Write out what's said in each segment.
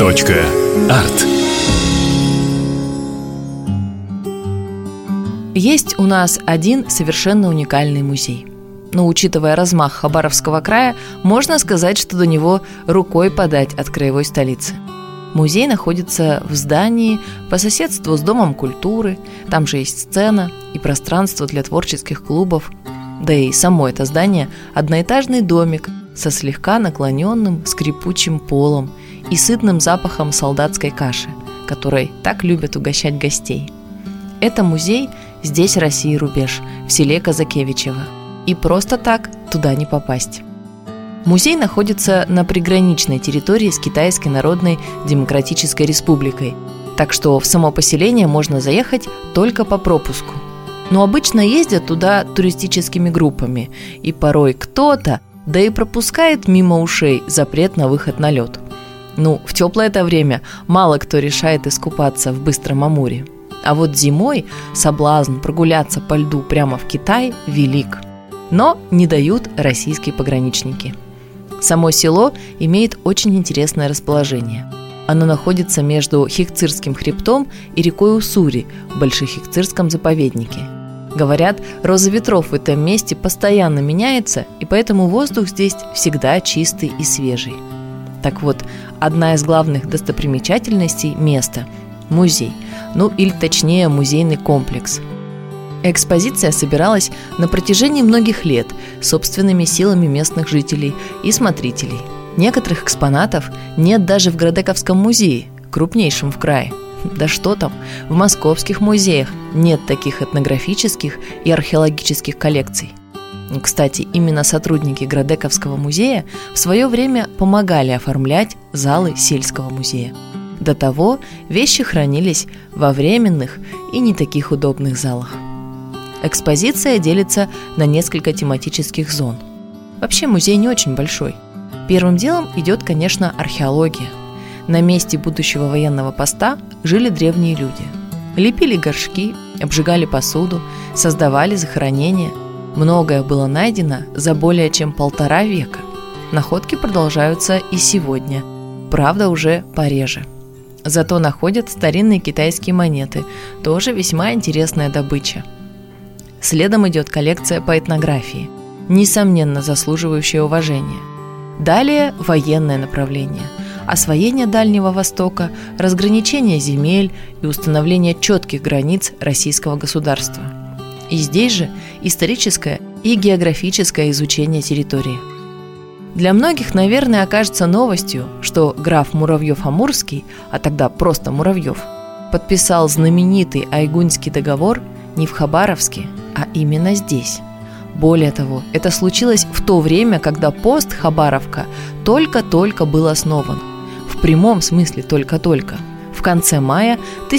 Arts. Есть у нас один совершенно уникальный музей. Но, учитывая размах Хабаровского края, можно сказать, что до него рукой подать от краевой столицы. Музей находится в здании по соседству с Домом культуры, там же есть сцена и пространство для творческих клубов. Да и само это здание – одноэтажный домик со слегка наклоненным скрипучим полом и сытным запахом солдатской каши, которой так любят угощать гостей. Это музей «Здесь России рубеж» в селе Казакевичево. И просто так туда не попасть. Музей находится на приграничной территории с Китайской Народной Демократической Республикой, так что в само поселение можно заехать только по пропуску. Но обычно ездят туда туристическими группами, и порой кто-то, да и пропускает мимо ушей запрет на выход на лед. В теплое это время мало кто решает искупаться в быстром Амуре. А вот зимой соблазн прогуляться по льду прямо в Китай велик. Но не дают российские пограничники. Само село имеет очень интересное расположение. Оно находится между Хикцирским хребтом и рекой Уссури в Большехикцирском заповеднике. Говорят, роза ветров в этом месте постоянно меняется, и поэтому воздух здесь всегда чистый и свежий. Так вот, одна из главных достопримечательностей места – музей, или точнее музейный комплекс. Экспозиция собиралась на протяжении многих лет собственными силами местных жителей и смотрителей. Некоторых экспонатов нет даже в Градековском музее, крупнейшем в крае. Да что там, в московских музеях нет таких этнографических и археологических коллекций. Кстати, именно сотрудники Градековского музея в свое время помогали оформлять залы сельского музея. До того вещи хранились во временных и не таких удобных залах. Экспозиция делится на несколько тематических зон. Вообще музей не очень большой. Первым делом идет, конечно, археология. На месте будущего военного поста жили древние люди. Лепили горшки, обжигали посуду, создавали захоронения. Многое было найдено за более чем 1,5 века. Находки продолжаются и сегодня, правда уже пореже. Зато находят старинные китайские монеты, тоже весьма интересная добыча. Следом идет коллекция по этнографии, несомненно заслуживающая уважения. Далее военное направление, освоение Дальнего Востока, разграничение земель и установление четких границ российского государства. И здесь же историческое и географическое изучение территории. Для многих, наверное, окажется новостью, что граф Муравьев-Амурский, а тогда просто Муравьев, подписал знаменитый Айгуньский договор не в Хабаровске, а именно здесь. Более того, это случилось в то время, когда пост Хабаровка только-только был основан. В прямом смысле только-только. В конце мая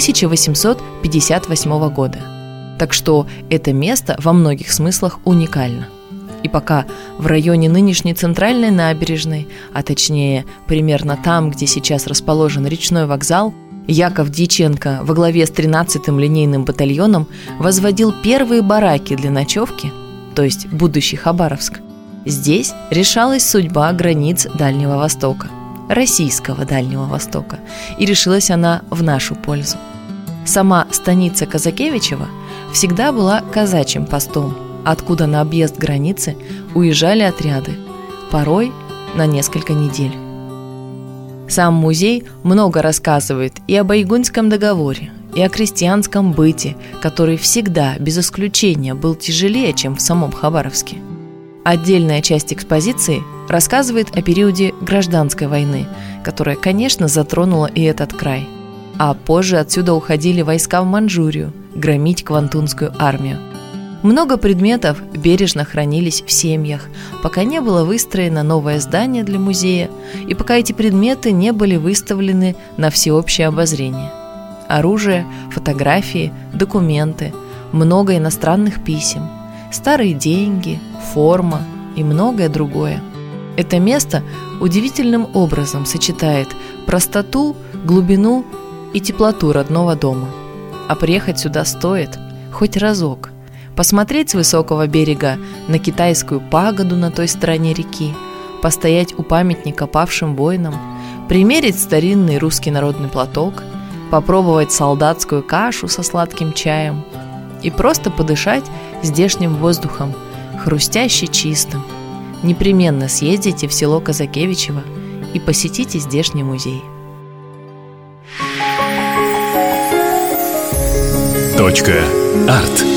1858 года. Так что это место во многих смыслах уникально. И пока в районе нынешней центральной набережной, а точнее примерно там, где сейчас расположен речной вокзал, Яков Дьяченко во главе с 13-м линейным батальоном возводил первые бараки для ночевки, то есть будущий Хабаровск. Здесь решалась судьба границ Дальнего Востока, российского Дальнего Востока, и решилась она в нашу пользу. Сама станица Казакевичево всегда была казачьим постом, откуда на объезд границы уезжали отряды, порой на несколько недель. Сам музей много рассказывает и об Айгуньском договоре, и о крестьянском быте, который всегда, без исключения, был тяжелее, чем в самом Хабаровске. Отдельная часть экспозиции рассказывает о периоде гражданской войны, которая, конечно, затронула и этот край. А позже отсюда уходили войска в Манчжурию громить Квантунскую армию. Много предметов бережно хранились в семьях, пока не было выстроено новое здание для музея и пока эти предметы не были выставлены на всеобщее обозрение. Оружие, фотографии, документы, много иностранных писем, старые деньги, форма и многое другое. Это место удивительным образом сочетает простоту, глубину и теплоту родного дома. А приехать сюда стоит хоть разок. Посмотреть с высокого берега на китайскую пагоду на той стороне реки, постоять у памятника павшим воинам, примерить старинный русский народный платок, попробовать солдатскую кашу со сладким чаем и просто подышать здешним воздухом, хрустяще чистым. Непременно съездите в село Казакевичево и посетите здешний музей. .арт